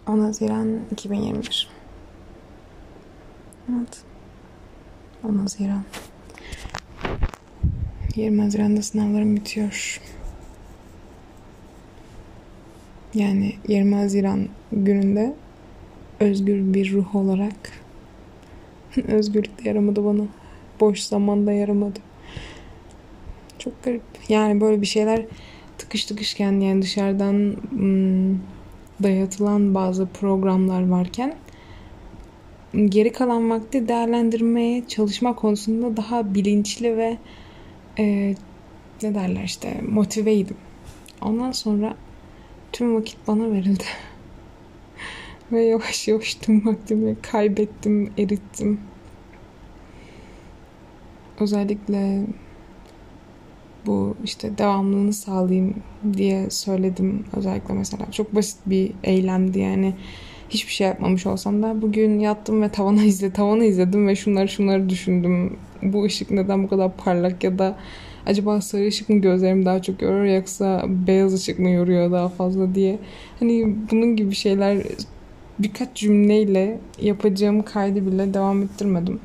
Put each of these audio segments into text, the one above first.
10 Haziran 2021. Evet. 10 Haziran. 20 Haziran'da sınavlarım bitiyor. Yani 20 Haziran gününde özgür bir ruh olarak özgürlük de yaramadı bana. Boş zamanda yaramadı. Çok garip. Yani böyle bir şeyler tıkış tıkışken, yani dışarıdan dayatılan bazı programlar varken geri kalan vakti değerlendirmeye çalışma konusunda daha bilinçli ve ne derler işte motiveydim. Ondan sonra tüm vakit bana verildi. Ve yavaş yavaş tüm vaktimi kaybettim, erittim. Özellikle bu işte devamlılığını sağlayayım diye söyledim. Özellikle mesela çok basit bir eylemdi yani. Hiçbir şey yapmamış olsam da bugün yattım ve tavanı izledim ve şunları düşündüm. Bu ışık neden bu kadar parlak, ya da acaba sarı ışık mı gözlerimi daha çok yoruyor yoksa beyaz ışık mı yoruyor daha fazla diye. Hani bunun gibi şeyler birkaç cümleyle yapacağım kaydı bile devam ettirmedim.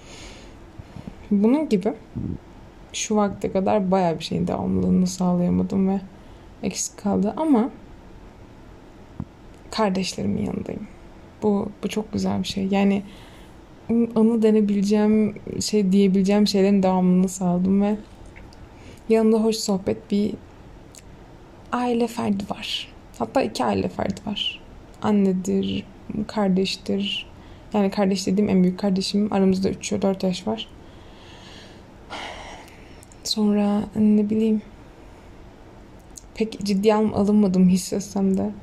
Bunun gibi şu vakte kadar bayağı bir şeyin devamlılığını sağlayamadım ve eksik kaldı, ama kardeşlerimin yanındayım. Bu çok güzel bir şey. Yani anı denebileceğim diyebileceğim şeylerin devamlılığını sağladım ve yanında hoş sohbet bir aile ferdi var. Hatta 2 aile ferdi var. Annedir, kardeştir. Yani kardeş dediğim en büyük kardeşim. Aramızda 3-4 yaş var. Sonra ne bileyim, pek ciddiye alınmadım hissetsem de.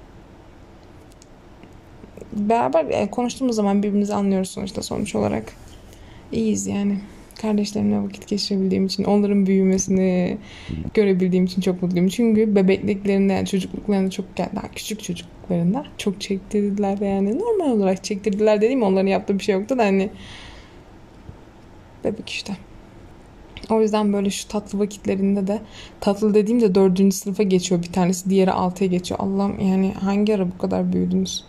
Beraber konuştuğumuz zaman birbirimizi anlıyoruz sonuçta, sonuç olarak. İyiyiz yani. Kardeşlerimle vakit geçirebildiğim için, onların büyümesini görebildiğim için çok mutluyum. Çünkü bebekliklerinde, yani çocukluklarında daha küçük çocukluklarında çok çektirdiler yani. Normal olarak çektirdiler dediğim, onların yaptığı bir şey yoktu da hani bebek işte. O yüzden böyle şu tatlı vakitlerinde de, tatlı dediğimde 4. sınıfa geçiyor bir tanesi, diğeri 6'ya geçiyor. Allah'ım, yani hangi ara bu kadar büyüdünüz?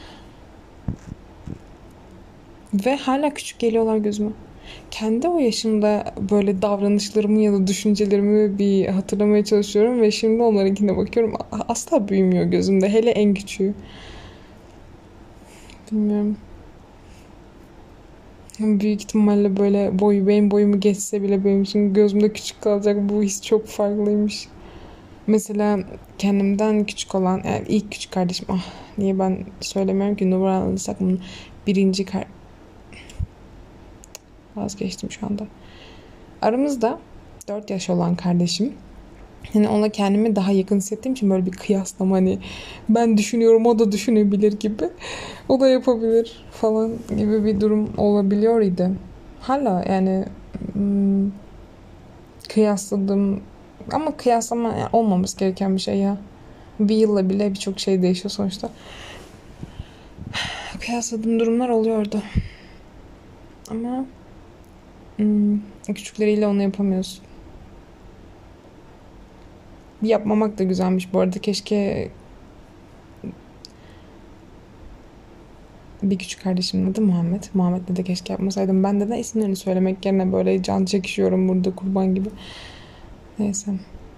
Ve hala küçük geliyorlar gözüme. Kendi o yaşımda böyle davranışlarımı ya da düşüncelerimi bir hatırlamaya çalışıyorum ve şimdi onlarınkine bakıyorum. Asla büyümüyor gözümde. Hele en küçüğü. Bilmiyorum. Büyük ihtimalle böyle benim boyumu geçse bile benim için gözümde küçük kalacak. Bu his çok farklıymış. Mesela kendimden küçük olan, yani ilk küçük kardeşim, niye ben söylemiyorum ki, numaralanırsak bunun birinci vazgeçtim şu anda. Aramızda 4 yaş olan kardeşim. Yani ona kendimi daha yakın hissettiğim için böyle bir kıyaslama, hani ben düşünüyorum o da düşünebilir gibi. O da yapabilir falan gibi bir durum olabiliyor idi. Hala yani kıyasladım, ama kıyaslama yani olmaması gereken bir şey ya. Bir yılla bile birçok şey değişiyor sonuçta. Kıyasladığım durumlar oluyordu. Ama küçükleriyle onu yapamıyorsun. Yapmamak da güzelmiş bu arada. Keşke bir küçük kardeşimin adı Muhammed. Muhammed'le de keşke yapmasaydım. Ben de isimlerini söylemek yerine böyle can çekişiyorum burada kurban gibi. Neyse.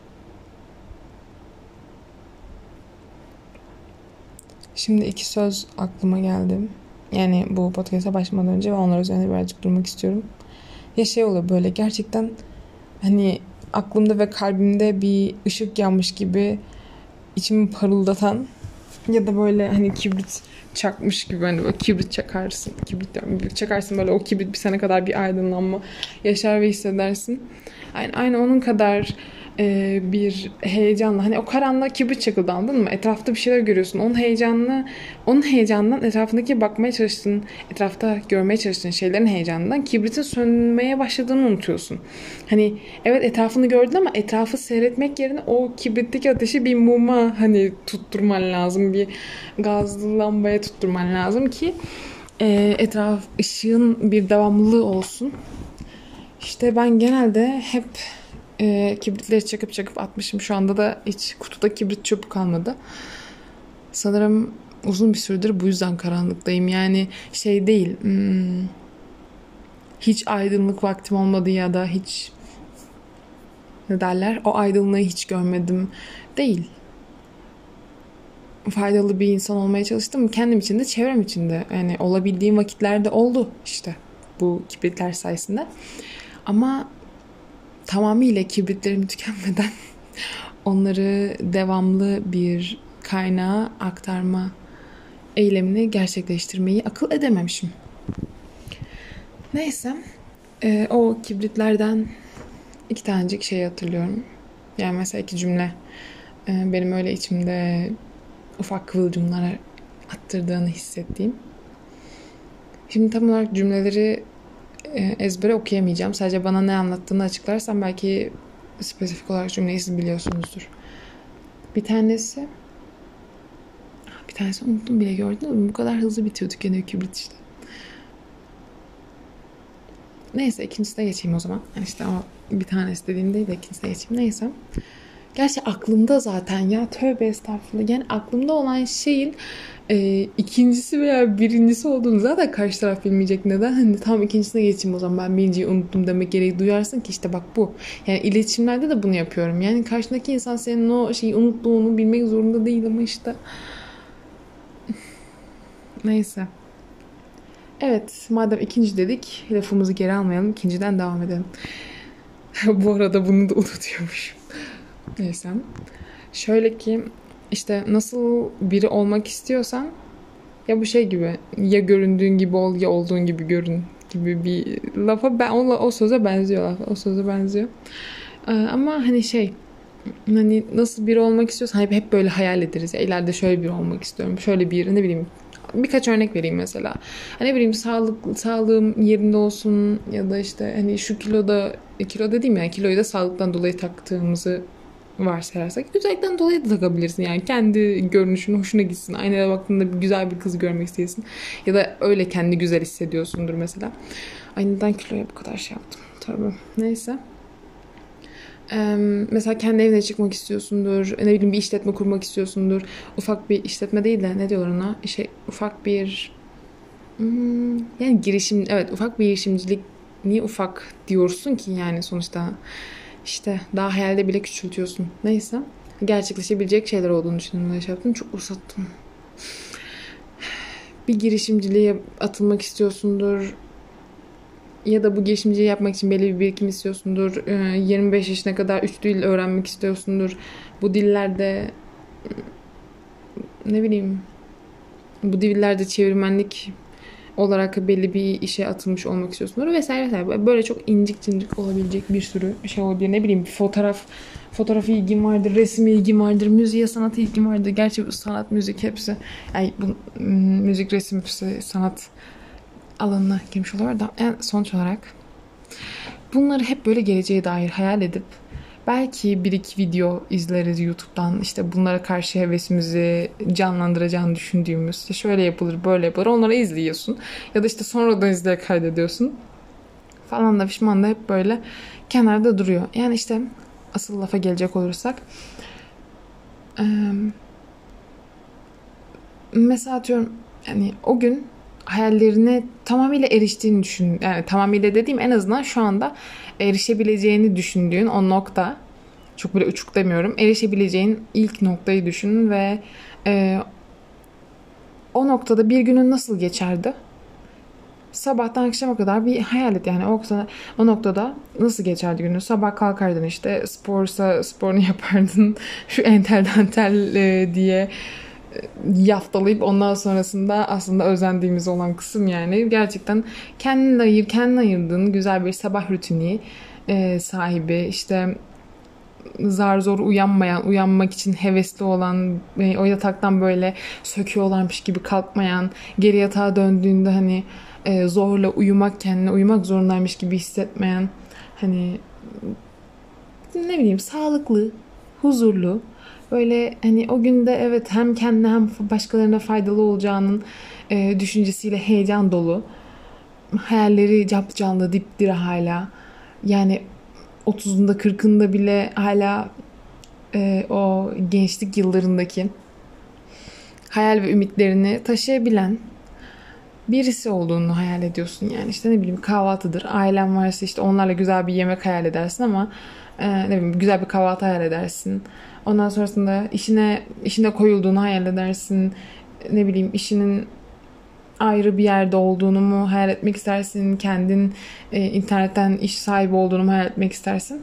Şimdi 2 söz aklıma geldi. Yani bu podcast'a başlamadan önce ve onlar üzerine birazcık durmak istiyorum. Ya oluyor böyle gerçekten, hani aklımda ve kalbimde bir ışık yanmış gibi içimi parıldatan, ya da böyle hani kibrit çakmış gibi, hani böyle kibrit çakarsın. Kibrit çakarsın, böyle o kibrit bir sene kadar bir aydınlanma yaşar ve hissedersin. Aynı onun kadar bir heyecanla, hani o karanlığa kibrit çakıldı, anladın mı? Etrafta bir şeyler görüyorsun. Onun heyecanından etrafındaki bakmaya çalıştığın, etrafta görmeye çalıştığın şeylerin heyecanından kibritin sönmeye başladığını unutuyorsun. Hani evet, etrafını gördün ama etrafı seyretmek yerine o kibritteki ateşi bir muma hani tutturman lazım. Bir gazlı lambaya tutturman lazım ki etraf ışığın bir devamlılığı olsun. İşte ben genelde hep kibritleri çakıp atmışım. Şu anda da hiç kutuda kibrit çöpü kalmadı. Sanırım uzun bir süredir bu yüzden karanlıktayım. Yani şey değil, hiç aydınlık vaktim olmadı ya da hiç ne derler, o aydınlığı hiç görmedim değil. Faydalı bir insan olmaya çalıştım. Kendim için de çevrem için de. Yani olabildiğim vakitlerde oldu işte bu kibritler sayesinde. Ama tamamıyla kibritlerim tükenmeden onları devamlı bir kaynağa aktarma eylemini gerçekleştirmeyi akıl edememişim. Neyse. O kibritlerden 2 tanecik şey hatırlıyorum. Yani mesela 2 cümle benim öyle içimde ufak kıvılcımlar attırdığını hissettiğim. Şimdi tam olarak cümleleri ezbere okuyamayacağım. Sadece bana ne anlattığını açıklarsam belki spesifik olarak cümleyi siz biliyorsunuzdur. Bir tanesi unuttum bile, gördün mü? Bu kadar hızlı bitiyor tükeniyor kibrit işte. Neyse ikincisine geçeyim o zaman. Yani işte o bir tanesi dediğim değil de ikincisine geçeyim. Neyse. Gerçi aklımda zaten ya, tövbe estağfurullah. Yani aklımda olan şeyin ikincisi veya birincisi olduğunu zaten karşı taraf bilmeyecek. Neden? Hani tamam ikincisine geçeyim o zaman, ben birinciyi unuttum demek gereği duyarsın ki işte bak bu. Yani iletişimlerde de bunu yapıyorum. Yani karşındaki insan senin o şeyi unuttuğunu bilmek zorunda değil ama işte. Neyse. Evet, madem ikinci dedik, lafımızı geri almayalım, ikinciden devam edelim. Bu arada bunu da unutuyormuşum. Neyse. Şöyle ki işte nasıl biri olmak istiyorsan, ya bu şey gibi, ya göründüğün gibi ol ya olduğun gibi görün gibi bir lafa, ben o söze benziyor laf. O söze benziyor. Ama hani şey, hani nasıl biri olmak istiyorsan hep böyle hayal ederiz. Ya ileride şöyle biri olmak istiyorum. Şöyle bir, ne bileyim, birkaç örnek vereyim mesela. Hani ne bileyim, sağlığım yerinde olsun ya da işte hani şu kilo dediğim yani kiloyu da sağlıktan dolayı taktığımızı varsayarsak, güzellikten dolayı da takabilirsin. Yani kendi görünüşün hoşuna gitsin. Aynaya baktığında güzel bir kız görmek isteyesin. Ya da öyle kendi güzel hissediyorsundur mesela. Ay neden kiloya bu kadar şey yaptım? Tabii. Neyse. Mesela kendi evine çıkmak istiyorsundur. Ne bileyim, bir işletme kurmak istiyorsundur. Ufak bir işletme değil de ne diyorlar ona? Ufak bir yani girişim, evet, ufak bir girişimcilik. Niye ufak diyorsun ki yani, sonuçta işte daha hayalde bile küçültüyorsun. Neyse. Gerçekleşebilecek şeyler olduğunu düşündüm. Şey yaptım. Çok uzattım. Bir girişimciliğe atılmak istiyorsundur. Ya da bu girişimciliği yapmak için belli bir birikim istiyorsundur. 25 yaşına kadar 3 dil öğrenmek istiyorsundur. Bu dillerde ne bileyim, bu dillerde çevirmenlik olarak belli bir işe atılmış olmak istiyorsundur vesaire vesaire. Böyle çok incik cincik olabilecek bir sürü şey olabilir. Ne bileyim, bir fotoğrafı ilgin vardır, resim ilgin vardır, müziğe, sanata ilgin vardır. Gerçi bu sanat, müzik hepsi, yani bu müzik, resim hepsi sanat alanına girmiş oluyor da, yani sonuç olarak bunları hep böyle geleceğe dair hayal edip belki bir iki video izleriz YouTube'dan, işte bunlara karşı hevesimizi canlandıracağını düşündüğümüz, işte şöyle yapılır böyle yapılır, onları izliyorsun ya da işte sonradan izleye kaydediyorsun falan da pişman da hep böyle kenarda duruyor. Yani işte asıl lafa gelecek olursak, mesela atıyorum, yani o gün hayallerine tamamıyla eriştiğini düşün. Yani tamamıyla dediğim, en azından şu anda erişebileceğini düşündüğün o nokta, çok böyle uçuk demiyorum, erişebileceğin ilk noktayı düşün ve o noktada bir günün nasıl geçerdi? Sabahtan akşama kadar bir hayal et. Yani o noktada nasıl geçerdi günün? Sabah kalkardın, işte sporsa sporunu yapardın. Şu entel dantel diye yaftalayıp ondan sonrasında aslında özendiğimiz olan kısım, yani gerçekten kendini ayırdığın güzel bir sabah rutini sahibi, işte zar zor uyanmak için hevesli olan, o yataktan böyle söküyorlarmış gibi kalkmayan, geri yatağa döndüğünde hani zorla kendine uyumak zorundaymış gibi hissetmeyen, hani ne bileyim, sağlıklı, huzurlu, böyle hani o günde evet hem kendine hem başkalarına faydalı olacağının düşüncesiyle heyecan dolu, hayalleri capcanlı, dipdiri hala, yani 30'unda 40'ında bile hala o gençlik yıllarındaki hayal ve ümitlerini taşıyabilen birisi olduğunu hayal ediyorsun. Yani işte ne bileyim kahvaltıdır. Ailen varsa işte onlarla güzel bir yemek hayal edersin ama ne bileyim güzel bir kahvaltı hayal edersin. Ondan sonrasında işine koyulduğunu hayal edersin. Ne bileyim işinin ayrı bir yerde olduğunu mu hayal etmek istersin? Kendin internetten iş sahibi olduğunu mu hayal etmek istersin?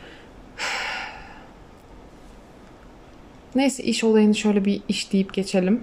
Neyse iş olayını şöyle bir iş deyip geçelim.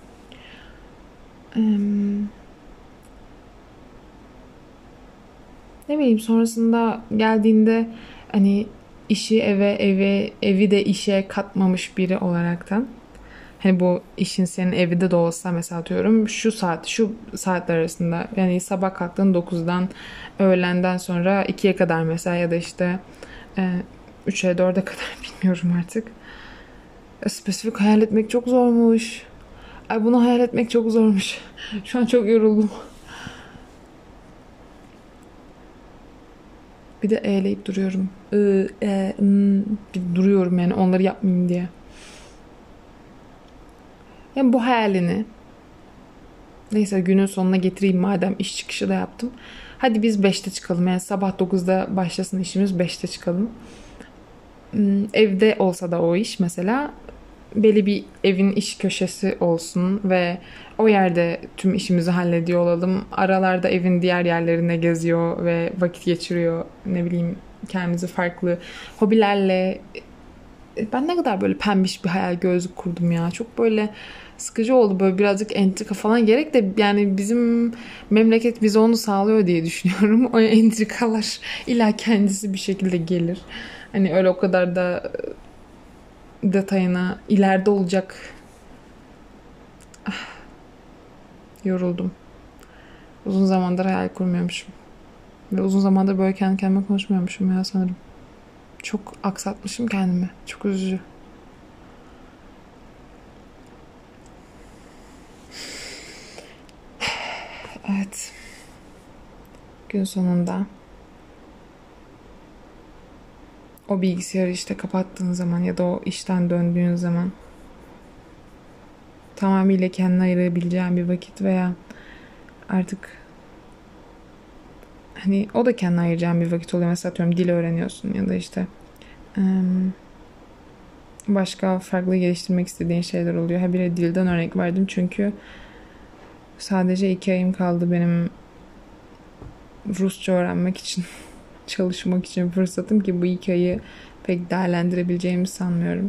Ne bileyim sonrasında geldiğinde hani işi evi de işe katmamış biri olaraktan. Hani bu işin senin evinde de olsa mesela atıyorum şu saatler arasında yani sabah kalktın 9'dan öğlenden sonra 2'ye kadar mesela ya da işte 3'e 4'e kadar bilmiyorum artık. Spesifik hayal etmek çok zormuş. Ay bunu hayal etmek çok zormuş. Şu an çok yoruldum. Bir de eğleyip duruyorum. Bir duruyorum yani onları yapmayayım diye. Yani bu hayalini neyse günün sonuna getireyim madem iş çıkışı da yaptım. Hadi biz 5'te çıkalım. Yani sabah 9'da başlasın işimiz 5'te çıkalım. Evde olsa da o iş mesela belli bir evin iş köşesi olsun ve o yerde tüm işimizi hallediyor olalım. Aralarda evin diğer yerlerine geziyor ve vakit geçiriyor. Ne bileyim kendimizi farklı hobilerle. Ben ne kadar böyle pembiş bir hayal gözlük kurdum ya. Çok böyle sıkıcı oldu, böyle birazcık entrika falan gerek de yani bizim memleket bize onu sağlıyor diye düşünüyorum. O entrikalar illa kendisi bir şekilde gelir. Hani öyle o kadar da detayına ileride olacak. Yoruldum. Uzun zamandır hayal kurmuyormuşum. Ve uzun zamandır böyle kendi kendime konuşmuyormuşum ya sanırım. Çok aksatmışım kendimi. Çok üzücü. Evet. Gün sonunda o bilgisayarı işte kapattığın zaman ya da o işten döndüğün zaman tamamıyla kendine ayırabileceğin bir vakit veya artık hani o da kendine ayıracağın bir vakit oluyor. Mesela atıyorum dil öğreniyorsun ya da işte başka farklı geliştirmek istediğin şeyler oluyor. Habire dilden örnek verdim çünkü sadece 2 ayım kaldı benim Rusça öğrenmek için, çalışmak için fırsatım ki bu 2 ayı pek değerlendirebileceğimi sanmıyorum.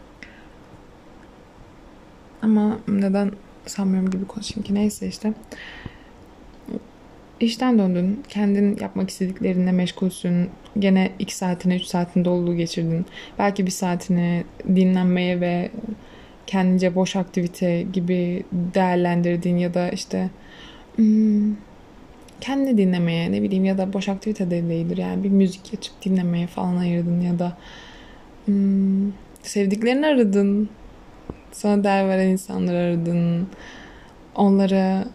Ama neden sanmıyorum gibi konuşayım ki neyse işte. İşten döndün, kendin yapmak istediklerinle meşgulsün. Gene 2 saatini, 3 saatini dolu geçirdin. Belki 1 saatini dinlenmeye ve kendince boş aktivite gibi değerlendirdiğin ya da işte kendini dinlemeye ne bileyim ya da boş aktivite de değildir yani bir müzik açıp dinlemeye falan ayırdın ya da sevdiklerini aradın, sana değer veren insanları aradın, onlara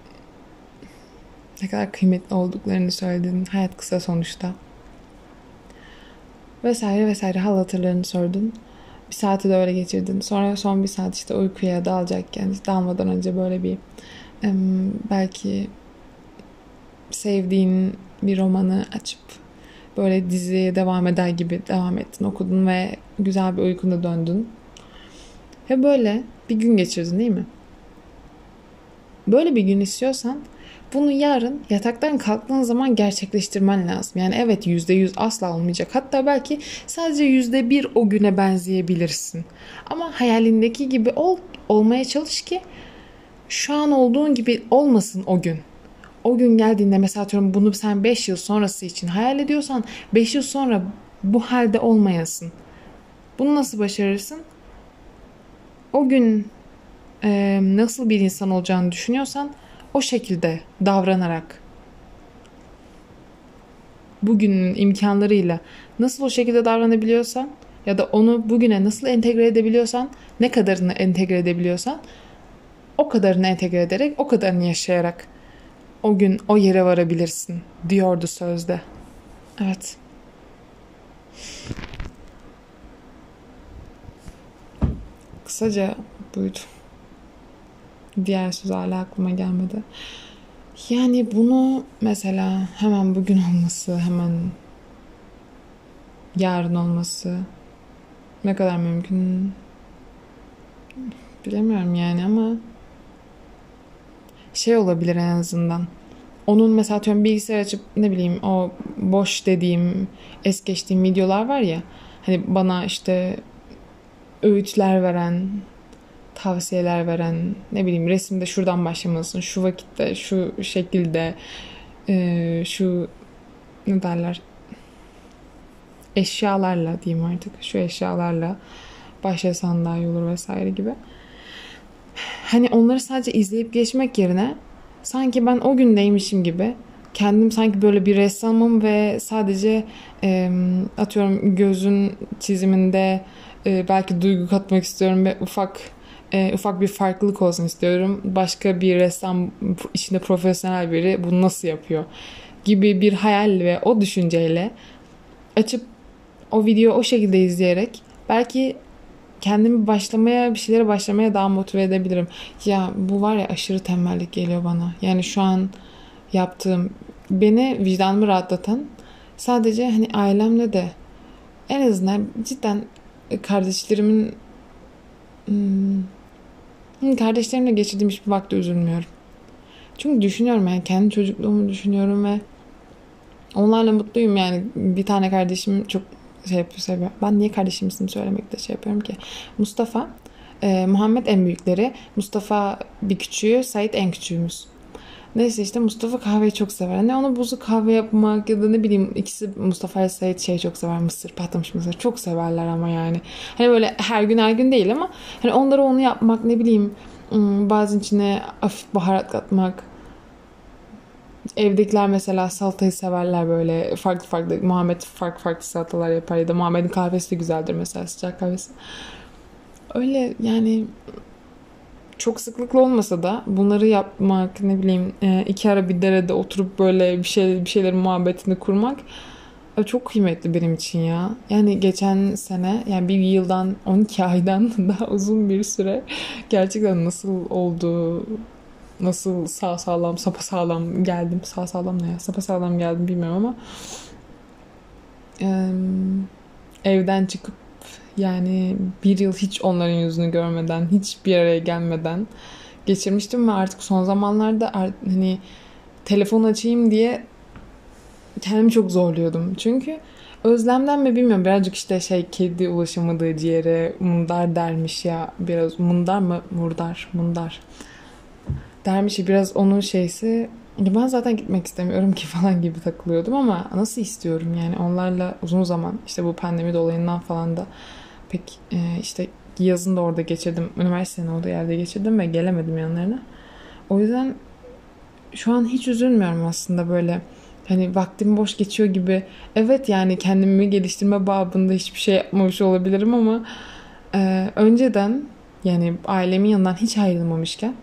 ne kadar kıymetli olduklarını söyledin, hayat kısa sonuçta vesaire vesaire hal hatırlarını sordun. 1 saati de öyle geçirdin. Sonra son 1 saat işte uykuya dalacakken işte dalmadan önce böyle bir belki sevdiğin bir romanı açıp böyle diziye devam eder gibi devam ettin, okudun ve güzel bir uykuna döndün. Ve böyle bir gün geçirdin değil mi? Böyle bir gün istiyorsan bunu yarın yataktan kalktığın zaman gerçekleştirmen lazım. Yani evet %100 asla olmayacak. Hatta belki sadece %1 o güne benzeyebilirsin. Ama hayalindeki gibi olmaya çalış ki şu an olduğun gibi olmasın o gün. O gün geldiğinde mesela atıyorum bunu sen 5 yıl sonrası için hayal ediyorsan 5 yıl sonra bu halde olmayasın. Bunu nasıl başarırsın? O gün nasıl bir insan olacağını düşünüyorsan o şekilde davranarak bugünün imkanlarıyla nasıl o şekilde davranabiliyorsan ya da onu bugüne nasıl entegre edebiliyorsan ne kadarını entegre edebiliyorsan o kadarını entegre ederek o kadarını yaşayarak o gün o yere varabilirsin diyordu sözde. Evet. Kısaca buydu. Diğer söz hala aklıma gelmedi. Yani bunu mesela hemen bugün olması, hemen yarın olması ne kadar mümkün bilemiyorum yani, ama şey olabilir en azından. Onun mesela atıyorum bilgisayar açıp ne bileyim o boş dediğim, es geçtiğim videolar var ya. Hani bana işte öğütler veren, tavsiyeler veren, ne bileyim resimde şuradan başlamalısın, şu vakitte, şu şekilde, şu ne derler, eşyalarla diyeyim artık, şu eşyalarla başlasan daha iyi olur vesaire gibi. Hani onları sadece izleyip geçmek yerine sanki ben o gündeymişim gibi, kendim sanki böyle bir ressamım ve sadece atıyorum gözün çiziminde belki duygu katmak istiyorum ve ufak bir farklılık olsun istiyorum. Başka bir ressam, içinde profesyonel biri bunu nasıl yapıyor gibi bir hayal ve o düşünceyle açıp o videoyu o şekilde izleyerek belki kendimi bir şeylere başlamaya daha motive edebilirim. Ya bu var ya, aşırı tembellik geliyor bana. Yani şu an yaptığım, beni vicdanımı rahatlatan, sadece hani ailemle de en azından cidden kardeşlerimin kardeşlerimle geçirdiğim hiçbir vakti üzülmüyorum. Çünkü düşünüyorum, yani kendi çocukluğumu düşünüyorum ve onlarla mutluyum yani. Bir tane kardeşim çok şey yapıyor, seviyor. Ben niye kardeşim ismini söylemekte şey yapıyorum ki? Mustafa, Muhammed en büyükleri. Mustafa bir küçüğü, Sait en küçüğümüz. Neyse işte Mustafa kahveyi çok sever. Hani ona buzlu kahve yapmak ya da ne bileyim, ikisi Mustafa ile Sait şey çok sever, mısır, patlamış mısır. Çok severler ama yani. Hani böyle her gün değil ama hani onları onu yapmak, ne bileyim, bazen içine hafif baharat katmak. Evdekiler mesela salatayı severler, böyle farklı farklı. Muhammed farklı farklı salatalar yapar ya da Muhammed'in kahvesi de güzeldir mesela, sıcak kahvesi. Öyle yani, çok sıklıkla olmasa da bunları yapmak, ne bileyim, iki ara bir derede oturup böyle bir şeylerin muhabbetini kurmak çok kıymetli benim için ya. Yani geçen sene, yani bir yıldan 12 aydan daha uzun bir süre gerçekten nasıl oldu, nasıl sapasağlam geldim. Sağ sağlam ne ya? Sapasağlam geldim bilmiyorum ama evden çıkıp yani bir yıl hiç onların yüzünü görmeden, hiç bir araya gelmeden geçirmiştim ve artık son zamanlarda hani telefon açayım diye kendimi çok zorluyordum. Çünkü özlemden mi bilmiyorum, birazcık işte şey, kedi ulaşamadığı ciğere mundar dermiş ya, biraz mundar mı, mundar dermiş ya, biraz onun şeysi. Ben zaten gitmek istemiyorum ki falan gibi takılıyordum ama nasıl istiyorum yani, onlarla uzun zaman, işte bu pandemi dolayından falan da pek işte yazın da orada geçirdim. Üniversitenin olduğu yerde geçirdim ve gelemedim yanlarına. O yüzden şu an hiç üzülmüyorum aslında, böyle hani vaktim boş geçiyor gibi. Evet yani kendimi geliştirme babında hiçbir şey yapmamış olabilirim ama önceden, yani ailemin yanından hiç ayrılmamışken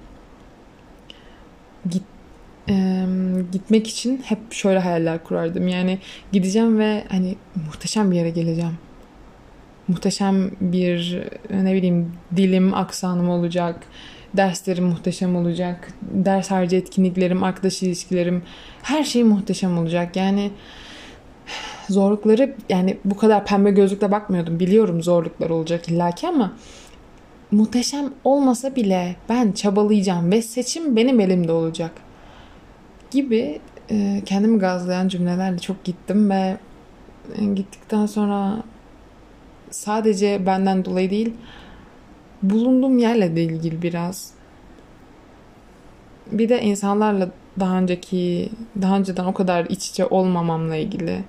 git, gitmek için hep şöyle hayaller kurardım. Yani gideceğim ve hani muhteşem bir yere geleceğim. Muhteşem bir, ne bileyim, dilim, aksanım olacak. Derslerim muhteşem olacak. Ders harici etkinliklerim, arkadaş ilişkilerim, her şey muhteşem olacak. Yani zorlukları, yani bu kadar pembe gözlükle bakmıyordum. Biliyorum zorluklar olacak illaki ama muhteşem olmasa bile ben çabalayacağım ve seçim benim elimde olacak gibi kendimi gazlayan cümlelerle çok gittim ve gittikten sonra sadece benden dolayı değil, bulunduğum yerle de ilgili biraz. Bir de insanlarla daha önceden o kadar iç içe olmamamla ilgili.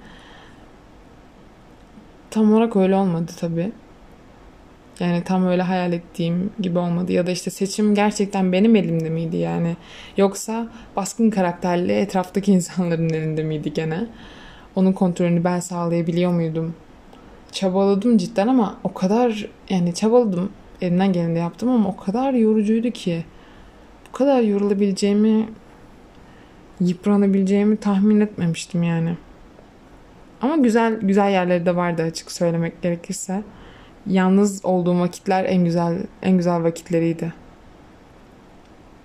Tam olarak öyle olmadı tabii. Yani tam öyle hayal ettiğim gibi olmadı. Ya da işte seçim gerçekten benim elimde miydi yani? Yoksa baskın karakterli etraftaki insanların elinde miydi gene? Onun kontrolünü ben sağlayabiliyor muydum? Çabaladım cidden ama o kadar, yani çabaladım. Elimden geleni de yaptım ama o kadar yorucuydu ki. Bu kadar yorulabileceğimi, yıpranabileceğimi tahmin etmemiştim yani. Ama güzel güzel yerleri de vardı, açık söylemek gerekirse. Yalnız olduğum vakitler en güzel vakitleriydi.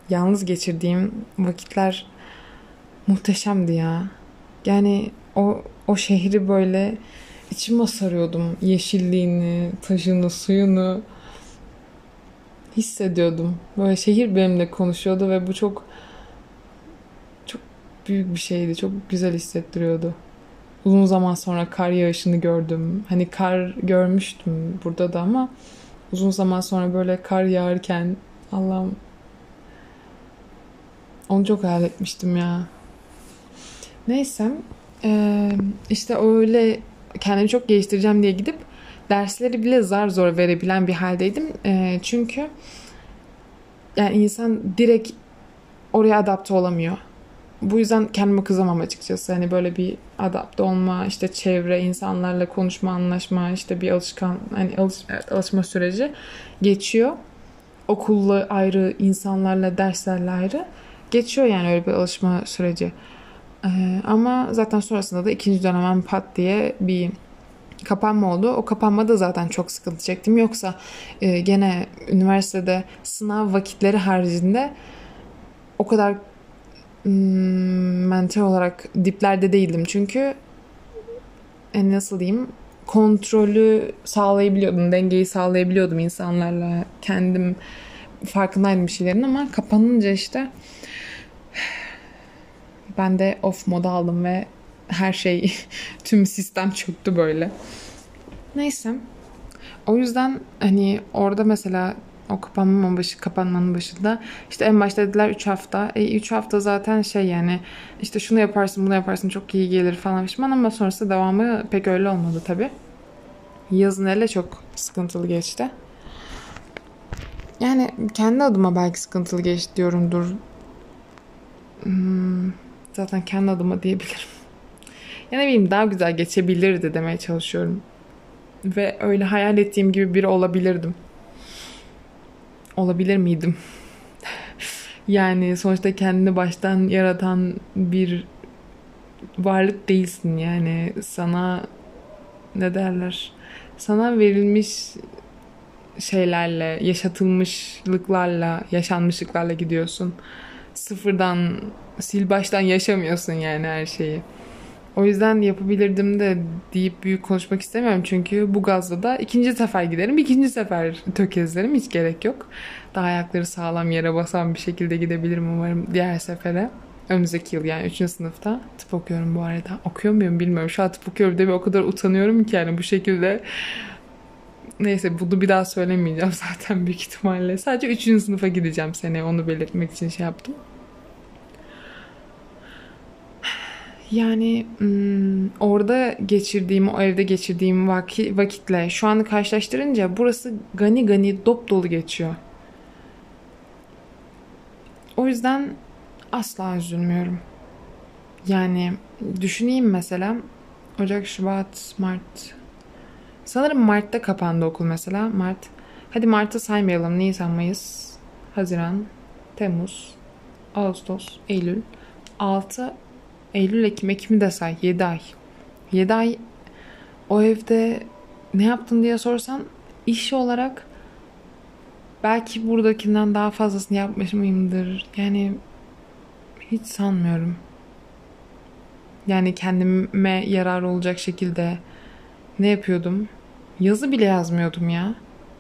yalnız geçirdiğim vakitler muhteşemdi ya. Yani o şehri böyle içime sarıyordum. Yeşilliğini, taşını, suyunu hissediyordum. Böyle şehir benimle konuşuyordu ve bu çok çok büyük bir şeydi. Çok güzel hissettiriyordu. Uzun zaman sonra kar yağışını gördüm. Hani kar görmüştüm burada da ama uzun zaman sonra böyle kar yağarken Allah'ım onu çok hayal etmiştim ya. Neyse işte öyle kendimi çok geliştireceğim diye gidip dersleri bile zar zor verebilen bir haldeydim. Çünkü yani insan direkt oraya adapte olamıyor. Bu yüzden kendime kızamam açıkçası. Hani böyle bir adapte olma, işte çevre, insanlarla konuşma, anlaşma, işte bir hani alışma süreci geçiyor. Okulla ayrı, insanlarla, derslerle ayrı geçiyor yani öyle bir alışma süreci. Ama zaten sonrasında da ikinci dönemem pat diye bir kapanma oldu. O kapanma da zaten çok sıkıntı çektim. Yoksa gene üniversitede sınav vakitleri haricinde o kadar mental olarak diplerde değildim. Çünkü nasıl diyeyim, kontrolü sağlayabiliyordum, dengeyi sağlayabiliyordum insanlarla. Kendim farkındaydım bir şeylerin ama kapanınca işte ben de off moda aldım ve her şey tüm sistem çöktü böyle. Neyse. O yüzden hani orada mesela o kapanmanın başında işte en başta dediler 3 hafta. 3 hafta zaten şey yani işte şunu yaparsın bunu yaparsın çok iyi gelir falan pişman ama sonrasında devamı pek öyle olmadı tabii. Yazın hele çok sıkıntılı geçti. Yani kendi adıma belki sıkıntılı geçti diyorumdur. Zaten kendi adıma diyebilirim. Ya ne bileyim daha güzel geçebilirdi demeye çalışıyorum. Ve öyle hayal ettiğim gibi biri olabilirdim. Olabilir miydim? Yani sonuçta kendini baştan yaratan bir varlık değilsin. Yani sana ne derler? Sana verilmiş şeylerle, yaşatılmışlıklarla, yaşanmışlıklarla gidiyorsun. Sıfırdan, sil baştan yaşamıyorsun yani her şeyi. O yüzden yapabilirdim de deyip büyük konuşmak istemiyorum. Çünkü bu gazla da ikinci sefer giderim. İkinci sefer tökezlerim. Hiç gerek yok. Daha ayakları sağlam yere basan bir şekilde gidebilirim umarım diğer sefere. Önümüzdeki yıl yani 3. sınıfta tıp okuyorum bu arada. Okuyor muyum bilmiyorum. Şu an tıp okuyorum diye o kadar utanıyorum ki yani bu şekilde. Neyse bunu bir daha söylemeyeceğim zaten büyük ihtimalle. Sadece 3. sınıfa gideceğim seneye. Onu belirtmek için şey yaptım. Yani orada geçirdiğim, o evde geçirdiğim vakitle şu anı karşılaştırınca burası gani gani dop dolu geçiyor. O yüzden asla üzülmüyorum. Yani düşüneyim mesela Ocak, Şubat, Mart. Sanırım Mart'ta kapandı okul mesela. Mart. Hadi Mart'ı saymayalım. Nisan, Mayıs, Haziran, Temmuz, Ağustos, Eylül. 6 Eylül, Ekim, Ekim'i de say. 7 ay. 7 ay o evde ne yaptın diye sorsan iş olarak belki buradakinden daha fazlasını yapmış mıyımdır? Yani hiç sanmıyorum. Yani kendime yarar olacak şekilde ne yapıyordum? Yazı bile yazmıyordum ya.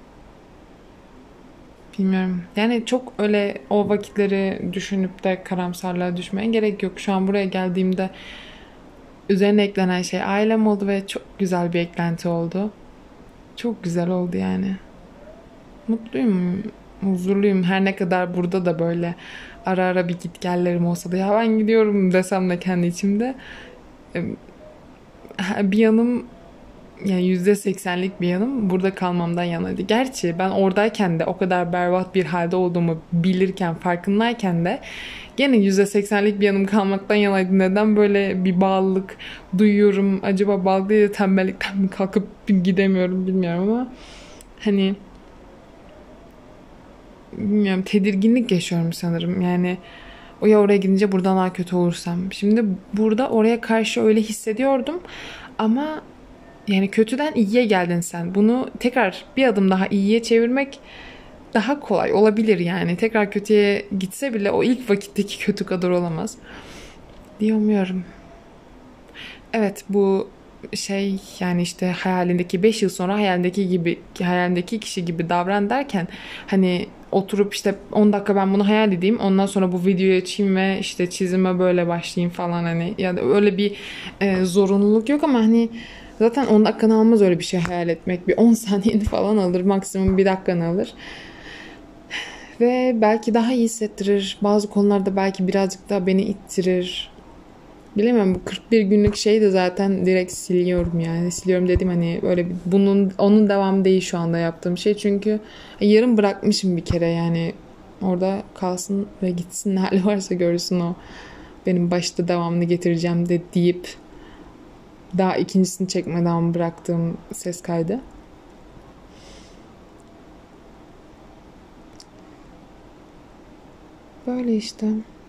Bilmiyorum. Yani çok öyle o vakitleri düşünüp de karamsarlığa düşmeye gerek yok. Şu an buraya geldiğimde üzerine eklenen şey ailem oldu ve çok güzel bir eklenti oldu. Çok güzel oldu yani. Mutluyum, huzurluyum. Her ne kadar burada da böyle ara ara bir gitgellerim olsa da ya ben gidiyorum desem de kendi içimde bir yanım yani %80'lik bir yanım burada kalmamdan yanaydı. Gerçi ben oradayken de o kadar berbat bir halde olduğumu bilirken, farkındayken de gene %80'lik bir yanım kalmaktan yanaydı. Neden böyle bir bağlılık duyuyorum? Acaba bağlı değil de tembellikten mi kalkıp gidemiyorum bilmiyorum ama hani bilmiyorum tedirginlik yaşıyorum sanırım. Yani o ya oraya gidince buradan daha kötü olursam. Şimdi burada oraya karşı öyle hissediyordum ama yani kötüden iyiye geldin sen. Bunu tekrar bir adım daha iyiye çevirmek daha kolay olabilir yani. Tekrar kötüye gitse bile o ilk vakitteki kötü kadar olamaz diye umuyorum. Evet, bu şey yani işte hayalindeki 5 yıl sonra hayalindeki kişi gibi davran derken hani oturup işte 10 dakika ben bunu hayal edeyim, ondan sonra bu videoyu açayım ve işte çizime böyle başlayayım falan, hani ya da öyle bir zorunluluk yok ama hani zaten 10 dakikanı almaz öyle bir şey hayal etmek, bir 10 saniyeni falan alır, maksimum 1 dakikanı alır ve belki daha iyi hissettirir, bazı konularda belki birazcık daha beni ittirir. Bilemem, bu 41 günlük şeyi de zaten direkt siliyorum yani. Siliyorum dedim hani böyle onun devamı değil şu anda yaptığım şey. Çünkü yarım bırakmışım bir kere yani. Orada kalsın ve gitsin, ne hali varsa görsün o. Benim başta devamını getireceğim de deyip daha ikincisini çekmeden bıraktığım ses kaydı. Böyle işte.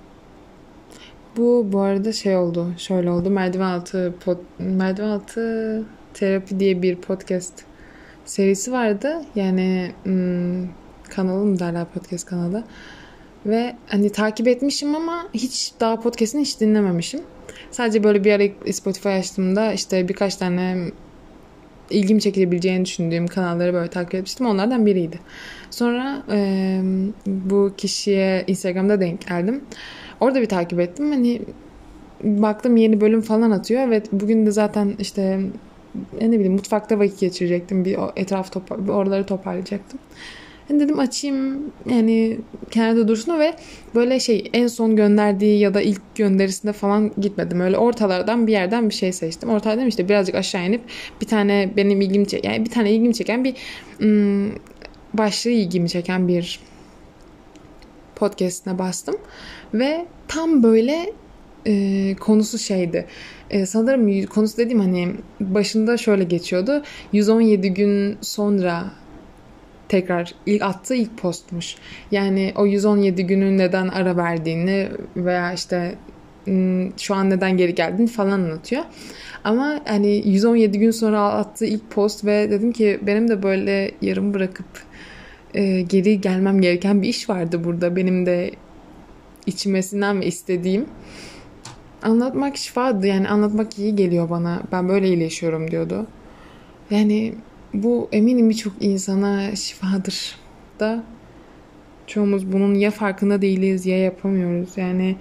Bu arada şey oldu. Şöyle oldu. Merdiven altı terapi diye bir podcast serisi vardı. Yani kanalı mı derler, podcast kanalı. Ve hani takip etmişim ama hiç daha podcast'ini hiç dinlememişim. Sadece böyle bir ara Spotify açtığımda işte birkaç tane ilgimi çekebileceğini düşündüğüm kanalları böyle takip etmiştim. Onlardan biriydi. Sonra bu kişiye Instagram'da denk geldim. Orada bir takip ettim. Hani baktım yeni bölüm falan atıyor ve bugün de zaten işte ne bileyim mutfakta vakit geçirecektim. Bir oraları toparlayacaktım. Yani dedim açayım, yani kenarda dursun ve böyle şey, en son gönderdiği ya da ilk gönderisinde falan gitmedim. Öyle ortalardan bir yerden bir şey seçtim. Ortalardan işte birazcık aşağı inip bir tane benim yani bir tane ilgimi çeken bir başlığı ilgimi çeken bir podcast'ine bastım ve tam böyle konusu şeydi. Sanırım konusu dediğim hani başında şöyle geçiyordu. 117 gün sonra tekrar attığı ilk postmuş. Yani o 117 günün neden ara verdiğini veya işte şu an neden geri geldiğini falan anlatıyor. Ama hani 117 gün sonra attığı ilk post ve dedim ki benim de böyle yarım bırakıp geri gelmem gereken bir iş vardı burada. Benim de içmesinden ve istediğim. Anlatmak şifadı, yani anlatmak iyi geliyor bana. Ben böyle iyileşiyorum diyordu. Yani bu eminim birçok insana şifadır da çoğumuz bunun ya farkında değiliz ya yapamıyoruz. Yani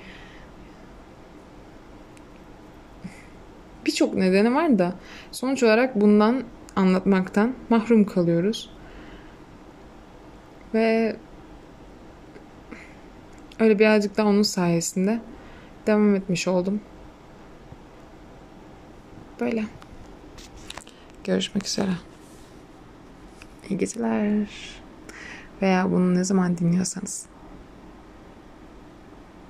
birçok nedeni var da sonuç olarak bundan anlatmaktan mahrum kalıyoruz. Ve öyle birazcık da onun sayesinde devam etmiş oldum. Böyle. Görüşmek üzere. İyi geceler. Veya bunu ne zaman dinliyorsanız.